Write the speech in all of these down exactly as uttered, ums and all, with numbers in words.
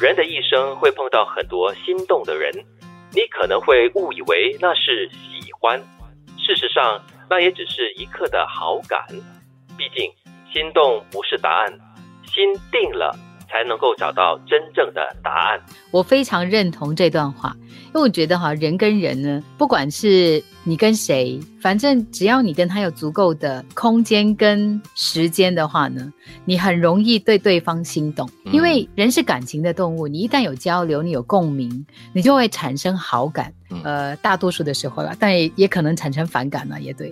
人的一生会碰到很多心动的人，你可能会误以为那是喜欢，事实上那也只是一刻的好感。毕竟心动不是答案，心定了才能够找到真正的答案。 我非常认同这段话，因为我觉得哈，人跟人呢，不管是你跟谁，反正只要你跟他有足够的空间跟时间的话呢，你很容易对对方心动。因为人是感情的动物，你一旦有交流，你有共鸣，你就会产生好感。呃，大多数的时候啦，但 也, 也可能产生反感啦，也对。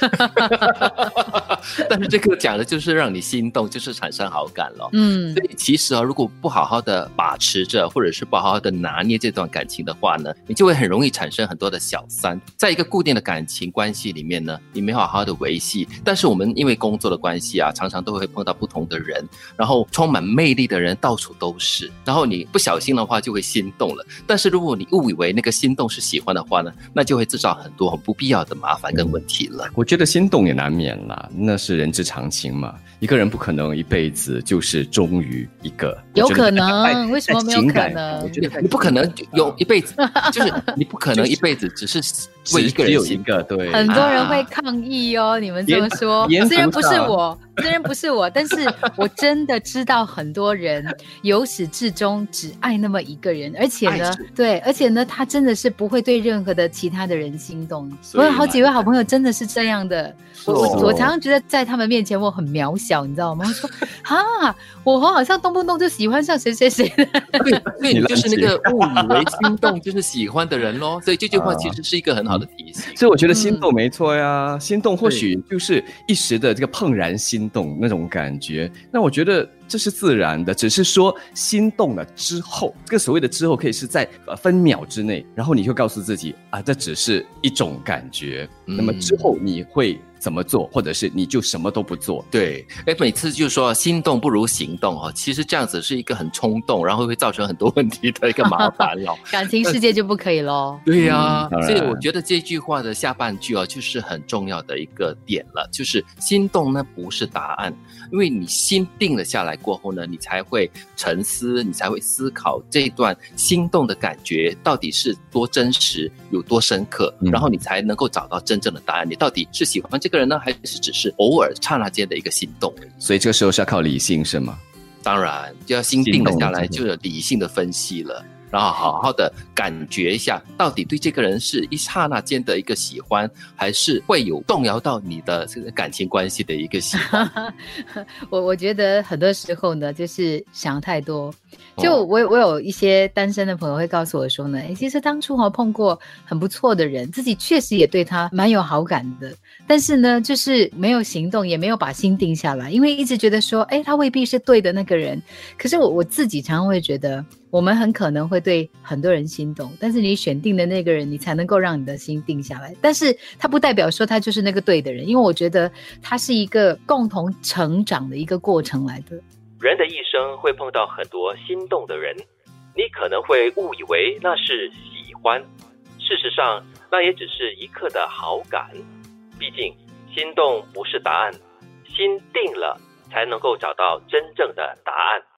但是这个讲的就是让你心动，就是产生好感了。 嗯， 所以其实啊，如果不好好的把持着，或者是不好好的拿捏这段感情的话呢，你就会很容易产生很多的小三。在一个固定的感情关系里面呢，你没好好的维系，但是我们因为工作的关系啊，常常都会碰到不同的人，然后充满魅力的人到处都是，然后你不小心的话就会心动了。但是如果你误以为那个心动是喜欢的话呢，那就会制造很多很不必要的麻烦跟问题了。 我觉得心动也难免啦，那是人之常情嘛。一个人不可能一辈子就是忠于一个， 有可能，为什么没有可能？ 我觉得你不可能有一辈子，就是你不可能一辈子只是为一个人有一个。对， 很多人会抗议哦，啊、你们这么说，虽然不是我，虽然不是我，但是我真的知道很多人由始至终只爱那么一个人，而且呢，对，而且呢，他真的是不会对任何的其他的人心动。我有好几位好朋友真的是这样的，我我我常常觉得在他们面前我很渺小，你知道吗？我说啊，我好像动不动就喜欢上谁谁谁的。 对，所以你就是那个误以为心动就是喜欢的人咯。所以这句话其实是一个很好的提醒。 所以我觉得心动没错呀，嗯、心动或许就是一时的这个怦然心动那种感觉。那我觉得这是自然的，只是说心动了之后，这个所谓的之后可以是在分秒之内，然后你会告诉自己啊，这只是一种感觉。嗯、那么之后你会怎么做，或者是你就什么都不做。 对，每次就说心动不如行动，其实这样子是一个很冲动，然后会造成很多问题的一个麻烦了。 感情世界就不可以咯。 对啊、嗯、所以我觉得这句话的下半句哦，就是很重要的一个点了，就是心动呢不是答案，因为你心定了下来过后呢，你才会沉思，你才会思考这段心动的感觉到底是多真实，有多深刻，嗯、然后你才能够找到真正的答案，你到底是喜欢这个人呢，还是只是偶尔刹那间的一个心动？ 所以这个时候是要靠理性是吗？ 当然，就要心定了下来，就有理性的分析了，然后好好的感觉一下，到底对这个人是一刹那间的一个喜欢，还是会有动摇到你的这个感情关系的一个喜欢。 我我觉得很多时候呢，就是想太多。就我我有一些单身的朋友会告诉我说呢，其实当初碰过很不错的人，自己确实也对他蛮有好感的，但是呢就是没有行动，也没有把心定下来，因为一直觉得说哎，他未必是对的那个人。可是我我自己常常会觉得，我们很可能会对很多人心动，但是你选定的那个人，你才能够让你的心定下来。但是他不代表说他就是那个对的人，因为我觉得他是一个共同成长的一个过程来的。 人的一生会碰到很多心动的人，你可能会误以为那是喜欢，事实上那也只是一刻的好感。毕竟心动不是答案，心定了才能够找到真正的答案。